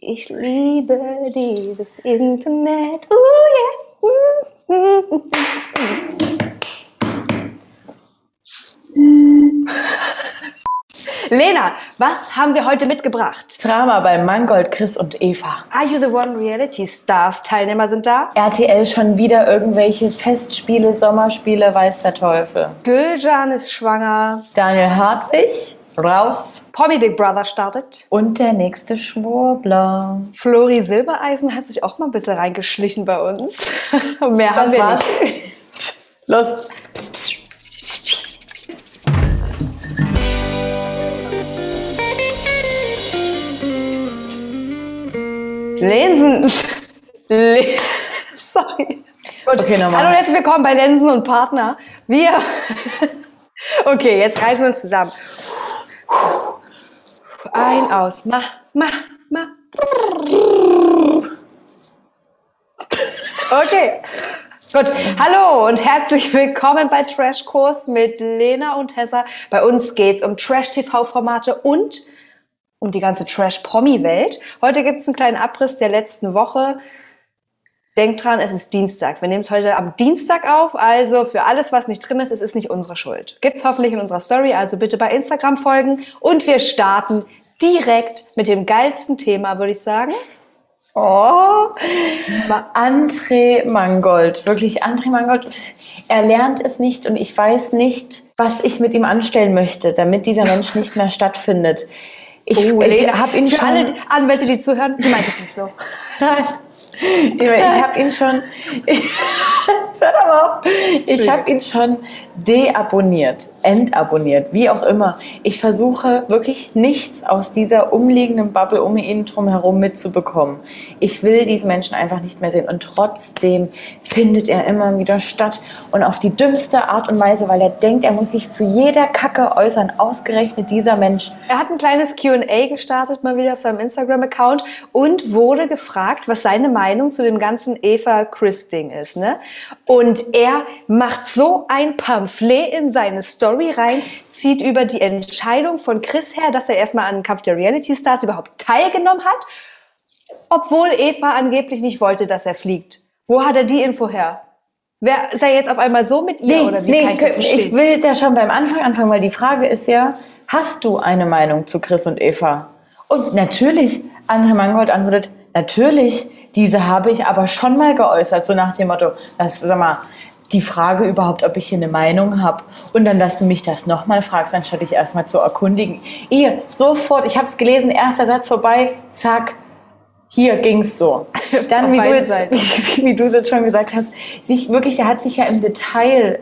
Ich liebe dieses Internet. Yeah. Lena, was haben wir heute mitgebracht? Drama bei Mangold, Chris und Eva. Are You the One Reality Stars Teilnehmer sind da. RTL schon wieder irgendwelche Festspiele, Sommerspiele, weiß der Teufel. Gülcan ist schwanger. Daniel Hartwig, raus. Promi Big Brother startet. Und der nächste Schwurbler. Flori Silbereisen hat sich auch mal ein bisschen reingeschlichen bei uns. Mehr haben wir nicht. Los. Lensen. Sorry. Gut. Okay, nochmal. Hallo und herzlich willkommen bei Lensen und Partner. Okay, jetzt reißen wir uns zusammen. Ein, aus. Ma. Okay. Gut. Hallo und herzlich willkommen bei Trashkurs mit Lena und Tessa. Bei uns geht's um Trash-TV-Formate und um die ganze Trash-Promi-Welt. Heute gibt's einen kleinen Abriss der letzten Woche. Denkt dran, es ist Dienstag. Wir nehmen es heute am Dienstag auf, also für alles, was nicht drin ist, es ist nicht unsere Schuld. Gibt's hoffentlich in unserer Story, also bitte bei Instagram folgen. Und wir starten direkt mit dem geilsten Thema, würde ich sagen. Oh, André Mangold. Wirklich, André Mangold, er lernt es nicht und ich weiß nicht, was ich mit ihm anstellen möchte, damit dieser Mensch nicht mehr stattfindet. Ich habe ihn für schon... alle Anwälte, die zuhören, sie meint es nicht so. Ich habe ihn schon... Hör doch mal auf. Ich habe ihn schon deabonniert, entabonniert, wie auch immer. Ich versuche wirklich nichts aus dieser umliegenden Bubble um ihn drumherum mitzubekommen. Ich will diesen Menschen einfach nicht mehr sehen. Und trotzdem findet er immer wieder statt. Und auf die dümmste Art und Weise, weil er denkt, er muss sich zu jeder Kacke äußern. Ausgerechnet dieser Mensch. Er hat ein kleines Q&A gestartet, mal wieder auf seinem Instagram-Account und wurde gefragt, was seine Meinung zu dem ganzen Eva-Chris-Ding ist, ne? Und er macht so ein Pamphlet in seine Story rein, zieht über die Entscheidung von Chris her, dass er erstmal an den Kampf der Reality Stars überhaupt teilgenommen hat, obwohl Eva angeblich nicht wollte, dass er fliegt. Wo hat er die Info her? Ist er jetzt auf einmal so mit ihr oder wie kann ich das verstehen? Ich will da schon beim Anfang anfangen, weil die Frage ist ja, hast du eine Meinung zu Chris und Eva? Und natürlich, André Mangold antwortet, natürlich, diese habe ich aber schon mal geäußert, so nach dem Motto, sag mal, die Frage überhaupt, ob ich hier eine Meinung habe und dann, dass du mich das nochmal fragst, anstatt dich erstmal zu erkundigen. Ihr, sofort, ich habe es gelesen, erster Satz vorbei, zack, hier ging's so. Dann, wie du es jetzt schon gesagt hast, er hat sich ja en Detail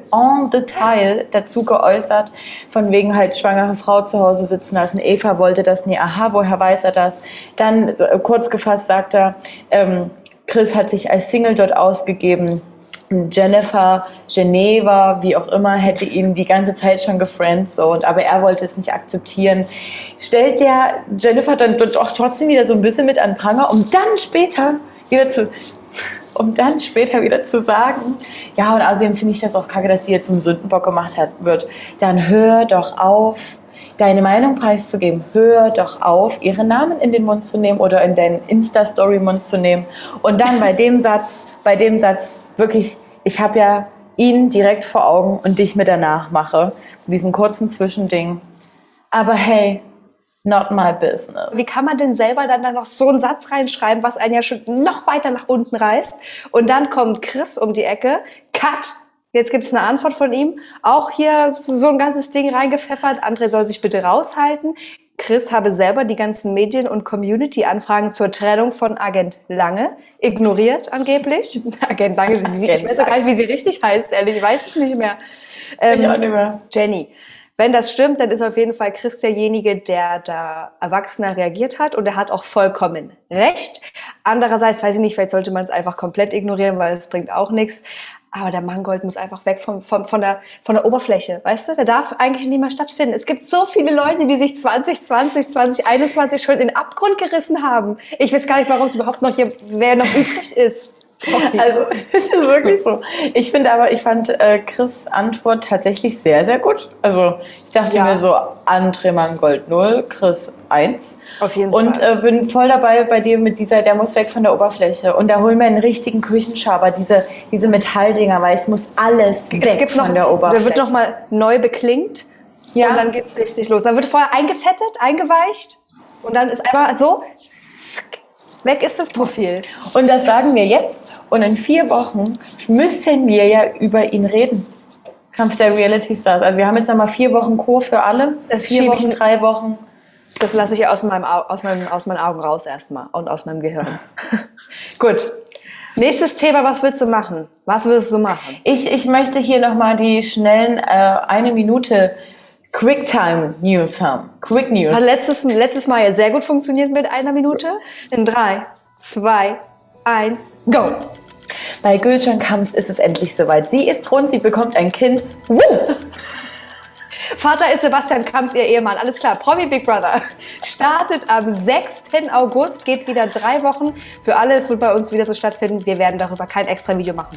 dazu geäußert, von wegen halt schwangere Frau zu Hause sitzen lassen. Eva wollte das nie, aha, woher weiß er das? Dann, kurz gefasst, sagt er, Chris hat sich als Single dort ausgegeben. Jennifer, Geneva, wie auch immer, hätte ihn die ganze Zeit schon gefriendzoned, aber er wollte es nicht akzeptieren. Stellt der Jennifer dann doch trotzdem wieder so ein bisschen mit an Pranger, um dann später wieder zu sagen, ja, und außerdem finde ich das auch kacke, dass sie jetzt zum Sündenbock gemacht wird. Dann hör doch auf, deine Meinung preiszugeben. Hör doch auf, ihren Namen in den Mund zu nehmen oder in deinen Insta-Story-Mund zu nehmen. Und dann bei dem Satz, wirklich, ich habe ja ihn direkt vor Augen und dich mit danach mache, mit diesem kurzen Zwischending. Aber hey, not my business. Wie kann man denn selber dann noch so einen Satz reinschreiben, was einen ja schon noch weiter nach unten reißt? Und dann kommt Chris um die Ecke, cut. Jetzt gibt es eine Antwort von ihm. Auch hier so ein ganzes Ding reingepfeffert. André soll sich bitte raushalten. Chris habe selber die ganzen Medien- und Community-Anfragen zur Trennung von Agent Lange ignoriert, angeblich. Agent Lange, ich weiß auch gar nicht, wie sie richtig heißt, ehrlich, ich weiß es nicht mehr. Ich auch nicht mehr. Jenny. Wenn das stimmt, dann ist auf jeden Fall Chris derjenige, der da erwachsener reagiert hat und er hat auch vollkommen recht. Andererseits weiß ich nicht, vielleicht sollte man es einfach komplett ignorieren, weil es bringt auch nichts. Aber der Mangold muss einfach weg von der Oberfläche, weißt du? Der darf eigentlich nicht mehr stattfinden. Es gibt so viele Leute, die sich 2020, 2021 schon in den Abgrund gerissen haben. Ich weiß gar nicht, warum es überhaupt noch wer noch übrig ist. Sorry. Also, es ist wirklich so. Ich fand Chris' Antwort tatsächlich sehr, sehr gut. Also, ich dachte Ja. mir so, André Mangold 0, Chris 1. Auf jeden Und Fall. bin voll dabei bei dir mit der muss weg von der Oberfläche. Und da holen wir einen richtigen Küchenschaber, diese Metalldinger, weil es muss alles weg von der Oberfläche. Der wird nochmal neu beklingt Ja. und dann geht's richtig los. Dann wird vorher eingefettet, eingeweicht und dann ist einmal so, weg ist das Profil. Und das sagen wir jetzt. Und in 4 Wochen müssen wir ja über ihn reden. Kampf der Reality Stars. Also wir haben jetzt nochmal 4 Wochen Kur für alle. Das 4 schiebe ich- Wochen, 3 Wochen. Das lasse ich aus meinen Augen raus erstmal und aus meinem Gehirn. Gut. Nächstes Thema, was willst du machen? Was willst du machen? Ich möchte hier nochmal die schnellen 1 Minute Quicktime News haben. Quick News. Hat letztes Mal ja sehr gut funktioniert mit 1 Minute. In 3, 2, 1, go! Bei Gülcan Kamps ist es endlich soweit. Sie ist rund, sie bekommt ein Kind. Woo! Vater ist Sebastian Kamps, ihr Ehemann. Alles klar. Promi Big Brother startet am 6. August, geht wieder 3 Wochen. Für alle, es wird bei uns wieder so stattfinden. Wir werden darüber kein extra Video machen.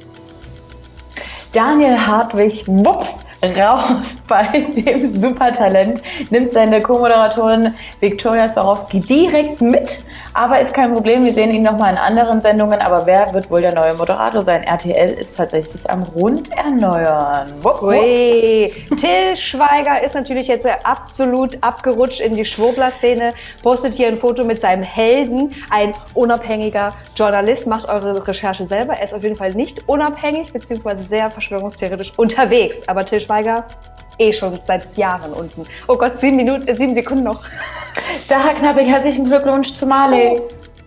Daniel Hartwig, wups, raus bei dem Supertalent, nimmt seine Co-Moderatorin Viktoria Swarovski direkt mit. Aber ist kein Problem, wir sehen ihn nochmal in anderen Sendungen. Aber wer wird wohl der neue Moderator sein? RTL ist tatsächlich am Rund erneuern. Wupp, wupp. Ui. Till Schweiger ist natürlich jetzt absolut abgerutscht in die Schwurbler-Szene, postet hier ein Foto mit seinem Helden, ein unabhängiger Journalist. Macht eure Recherche selber. Er ist auf jeden Fall nicht unabhängig, beziehungsweise sehr verschwörungstheoretisch unterwegs. Aber Till Schweiger schon seit Jahren unten. Oh Gott, 7 Sekunden noch. Sarah Knappig, herzlichen Glückwunsch zu Marley.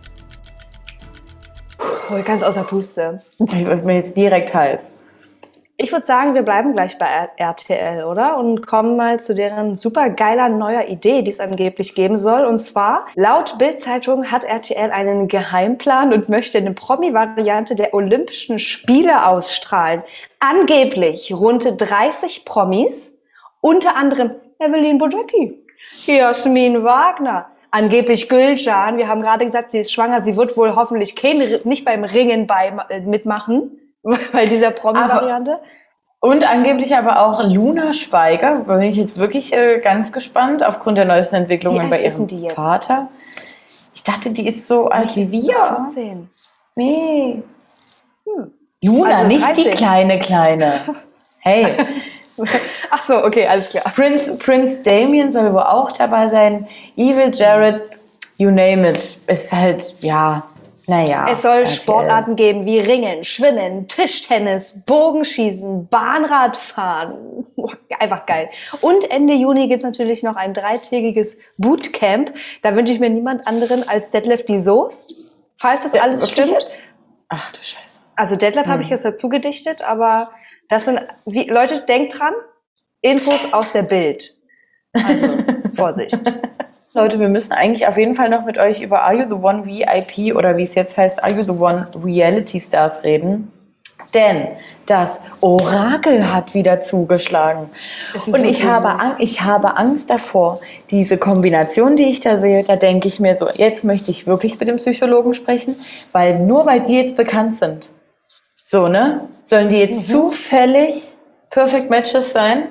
Oh, ganz außer Puste. Ich bin jetzt direkt heiß. Ich würde sagen, wir bleiben gleich bei RTL, oder? Und kommen mal zu deren super geiler neuer Idee, die es angeblich geben soll. Und zwar, laut Bild-Zeitung hat RTL einen Geheimplan und möchte eine Promi-Variante der Olympischen Spiele ausstrahlen. Angeblich rund 30 Promis, unter anderem Evelyn Bodecki, Jasmin Wagner, angeblich Gülcan. Wir haben gerade gesagt, sie ist schwanger. Sie wird wohl hoffentlich nicht beim Ringen mitmachen. Bei dieser Promi-Variante. Und angeblich aber auch Luna Schweiger, da bin ich jetzt wirklich ganz gespannt, aufgrund der neuesten Entwicklungen bei ihrem Vater. Ich dachte, die ist so alt wie wir. 14. Nee. Luna, Also nicht 30. die kleine. Hey. Ach so, okay, alles klar. Prince Damien soll wohl auch dabei sein. Evil Jared, you name it. Ist halt, ja, naja. Es soll Sportarten geben wie Ringen, Schwimmen, Tischtennis, Bogenschießen, Bahnradfahren. Einfach geil. Und Ende Juni gibt es natürlich noch ein 3-tägiges Bootcamp. Da wünsche ich mir niemand anderen als Detlef die Soest. Falls das alles stimmt. Jetzt? Ach du Scheiße. Also Detlef habe ich jetzt dazu gedichtet, aber das sind, Leute, denkt dran, Infos aus der Bild. Also, Vorsicht. Leute, wir müssen eigentlich auf jeden Fall noch mit euch über Are You The One VIP oder wie es jetzt heißt, Are You The One Reality Stars reden. Denn das Orakel hat wieder zugeschlagen. Und ich habe Angst davor, diese Kombination, die ich da sehe, da denke ich mir so, jetzt möchte ich wirklich mit dem Psychologen sprechen, weil nur weil die jetzt bekannt sind, so, ne, sollen die jetzt zufällig Perfect Matches sein?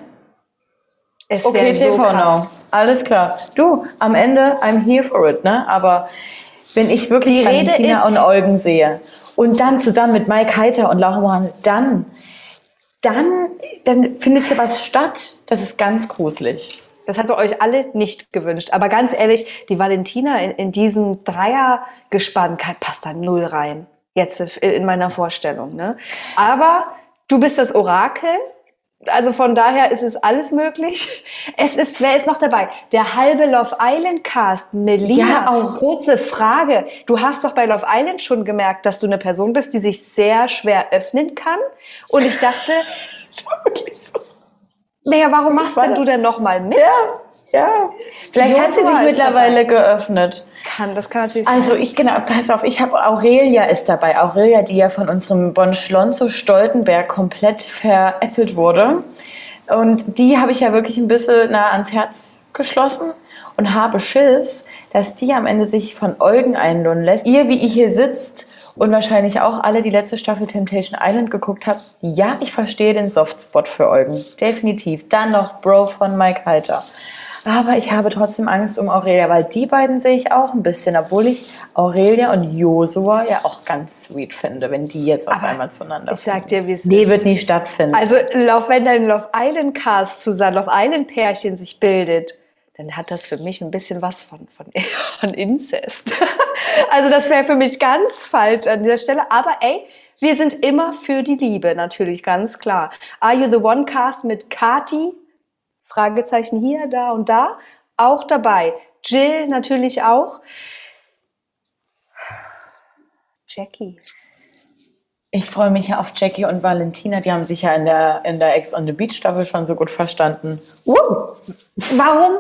Es Okay, wäre so TV krass. Now. Alles klar. Du, am Ende, I'm here for it, ne? Aber wenn ich wirklich Die Rede Valentina ist- und Eugen sehe und dann zusammen mit Mike Heiter und Laura Mohan, dann findet hier was statt. Das ist ganz gruselig. Das hat bei euch alle nicht gewünscht. Aber ganz ehrlich, die Valentina in diesen Dreiergespann passt da null rein. Jetzt in meiner Vorstellung. Ne? Aber du bist das Orakel. Also von daher ist es alles möglich. Wer ist noch dabei? Der halbe Love Island Cast. Melina, Ja, auch. kurze Frage. Du hast doch bei Love Island schon gemerkt, dass du eine Person bist, die sich sehr schwer öffnen kann. Und ich dachte, Wirklich so. naja, warum machst du denn noch mal mit? Ja. Vielleicht hat sie Josua sich ist mittlerweile geöffnet. Das kann natürlich sein. Also pass auf, ich habe Aurelia ist dabei. Aurelia, die ja von unserem Bon Schlonzo Stoltenberg komplett veräppelt wurde. Und die habe ich ja wirklich ein bisschen nah ans Herz geschlossen und habe Schiss, dass die am Ende sich von Eugen einlullen lässt. Ihr, wie ihr hier sitzt und wahrscheinlich auch alle die letzte Staffel Temptation Island geguckt habt, ja, ich verstehe den Softspot für Eugen. Definitiv. Dann noch Bro von Mike Heiter. Aber ich habe trotzdem Angst um Aurelia, weil die beiden sehe ich auch ein bisschen, obwohl ich Aurelia und Josua ja auch ganz sweet finde, wenn die jetzt auf einmal zueinander Ich sag dir, wie es ist. Nee, wird nie stattfinden. Also, wenn dein Love Island Cast zusammen, Love Island Pärchen sich bildet, dann hat das für mich ein bisschen was von Inzest. Also, das wäre für mich ganz falsch an dieser Stelle. Aber ey, wir sind immer für die Liebe, natürlich, ganz klar. Are You the One Cast mit Kati? Fragezeichen hier, da und da. Auch dabei. Jill natürlich auch. Jackie. Ich freue mich ja auf Jackie und Valentina. Die haben sich ja in der Ex on the Beach Staffel schon so gut verstanden. Warum?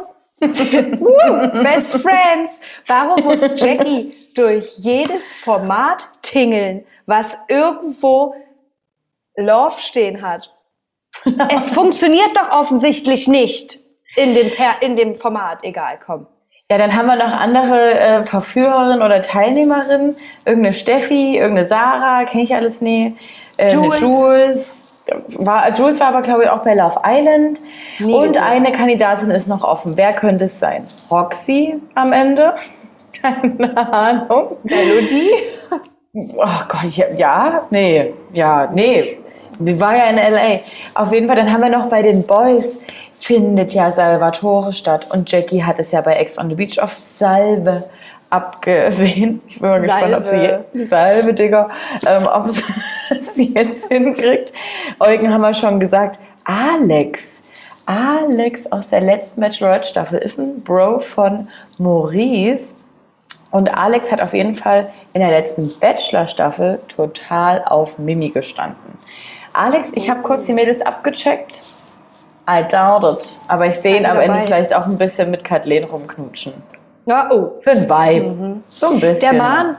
Best Friends. Warum muss Jackie durch jedes Format tingeln, was irgendwo Love stehen hat? Es funktioniert doch offensichtlich nicht in dem Format. Egal, komm. Ja, dann haben wir noch andere Verführerinnen oder Teilnehmerinnen. Irgendeine Steffi, irgendeine Sarah, kenne ich alles nie. Jules. Jules war aber, glaube ich, auch bei Love Island. Nie Und gesehen. eine Kandidatin ist noch offen. Wer könnte es sein? Roxy am Ende? Keine Ahnung. Melodie? Oh Gott, nee. Die war ja in L.A. Auf jeden Fall, dann haben wir noch bei den Boys, findet ja Salvatore statt. Und Jackie hat es ja bei Ex on the Beach auf Salve abgesehen. Ich bin mal gespannt, ob sie Digga, ob sie jetzt hinkriegt. Eugen haben wir schon gesagt. Alex aus der letzten Bachelorette-Staffel ist ein Bro von Maurice. Und Alex hat auf jeden Fall in der letzten Bachelor-Staffel total auf Mimi gestanden. Alex, ich habe kurz die Mädels abgecheckt. I doubt it. Aber ich sehe ihn am Ende vielleicht auch ein bisschen mit Kathleen rumknutschen. Ja, Für ein Vibe. So ein bisschen. Der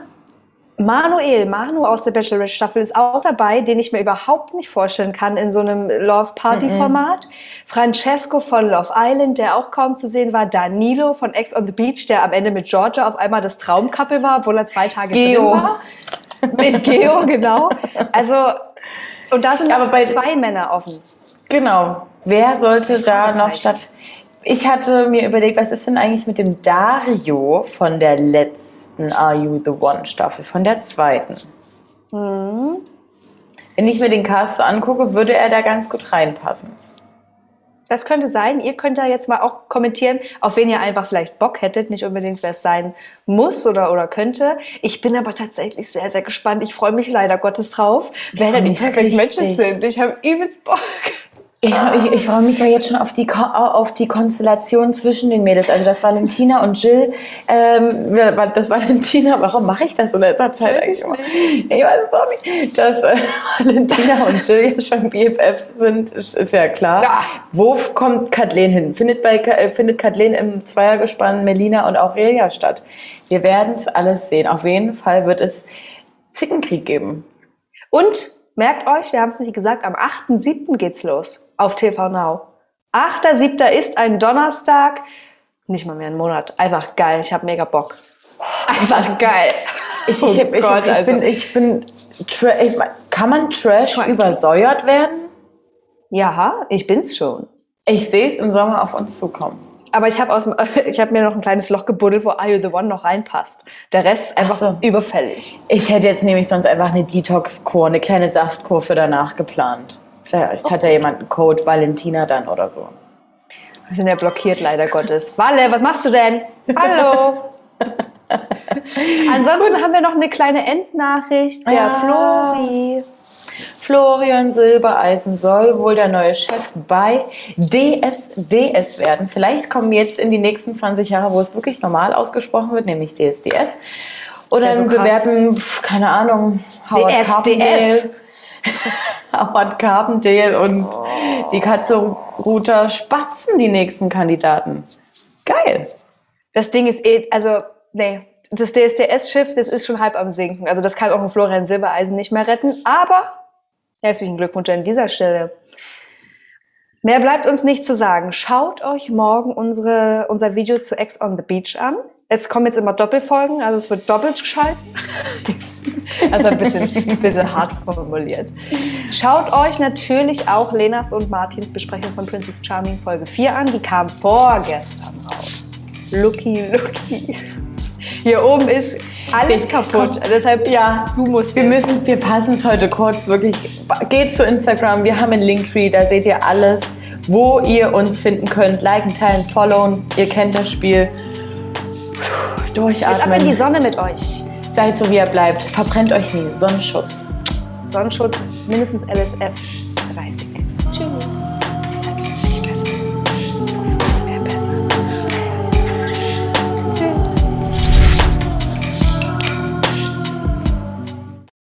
Manu aus der Bachelorette-Staffel ist auch dabei, den ich mir überhaupt nicht vorstellen kann in so einem Love-Party-Format. Francesco von Love Island, der auch kaum zu sehen war. Danilo von Ex on the Beach, der am Ende mit Georgia auf einmal das Traumcouple war, obwohl er 2 Tage drin war. Mit Geo, genau. Also, und da sind aber bei 2 Männer offen. Genau. Wer sollte da noch stattfinden? Ich hatte mir überlegt, was ist denn eigentlich mit dem Dario von der letzten Are You the One Staffel, von der 2. Wenn ich mir den Cast so angucke, würde er da ganz gut reinpassen. Das könnte sein. Ihr könnt da jetzt mal auch kommentieren, auf wen ihr einfach vielleicht Bock hättet. Nicht unbedingt, wer es sein muss oder könnte. Ich bin aber tatsächlich sehr, sehr gespannt. Ich freue mich leider Gottes drauf, wer da die Perfect Matches sind. Ich habe übelst Bock. Ich freue mich ja jetzt schon auf die Konstellation zwischen den Mädels. Also das Valentina und Jill. Warum mache ich das in letzter Zeit eigentlich immer? Ich weiß es auch nicht. Dass Valentina und Jill ja schon BFF sind, ist ja klar. Ja. Wo kommt Kathleen hin? Findet Kathleen im Zweiergespann Melina und Aurelia statt? Wir werden es alles sehen. Auf jeden Fall wird es Zickenkrieg geben. Und merkt euch, wir haben es nicht gesagt, am 8.7. geht's los auf TV Now. 8.7. ist ein Donnerstag, nicht mal mehr ein Monat. Einfach geil, ich habe mega Bock. Einfach geil. Kann man Trash übersäuert werden? Ja, ich bin's schon. Ich sehe es im Sommer auf uns zukommen. Aber ich habe mir noch ein kleines Loch gebuddelt, wo Are You the One noch reinpasst. Der Rest ist einfach überfällig. Ich hätte jetzt nämlich sonst einfach eine Detox-Kur, eine kleine Saftkur für danach geplant. Vielleicht hat ja jemand einen Code Valentina dann oder so. Wir sind ja blockiert, leider Gottes. Walle, was machst du denn? Hallo! Ansonsten haben wir noch eine kleine Endnachricht. Der Florian Silbereisen soll wohl der neue Chef bei DSDS werden. Vielleicht kommen wir jetzt in die nächsten 20 Jahre, wo es wirklich normal ausgesprochen wird, nämlich DSDS. Oder so wir werden, keine Ahnung, Howard Carpendale und die Katze Ruter Spatzen, die nächsten Kandidaten. Geil. Das Ding ist das DSDS-Schiff, das ist schon halb am Sinken. Also das kann auch ein Florian Silbereisen nicht mehr retten. Aber herzlichen Glückwunsch an dieser Stelle. Mehr bleibt uns nicht zu sagen. Schaut euch morgen unser Video zu Ex on the Beach an. Es kommen jetzt immer Doppelfolgen, also es wird doppelt scheiße. Also ein bisschen hart formuliert. Schaut euch natürlich auch Lenas und Martins Besprechung von Princess Charming Folge 4 an. Die kam vorgestern raus. Looky. Hier oben ist alles kaputt. Deshalb, ja, du musst. Wir fassen es heute kurz. Wirklich, geht zu Instagram. Wir haben einen Linktree. Da seht ihr alles, wo ihr uns finden könnt. Liken, teilen, followen. Ihr kennt das Spiel. Durchatmen. Jetzt ab in die Sonne mit euch. Seid so, wie ihr bleibt. Verbrennt euch nie. Sonnenschutz. Sonnenschutz, mindestens LSF 30.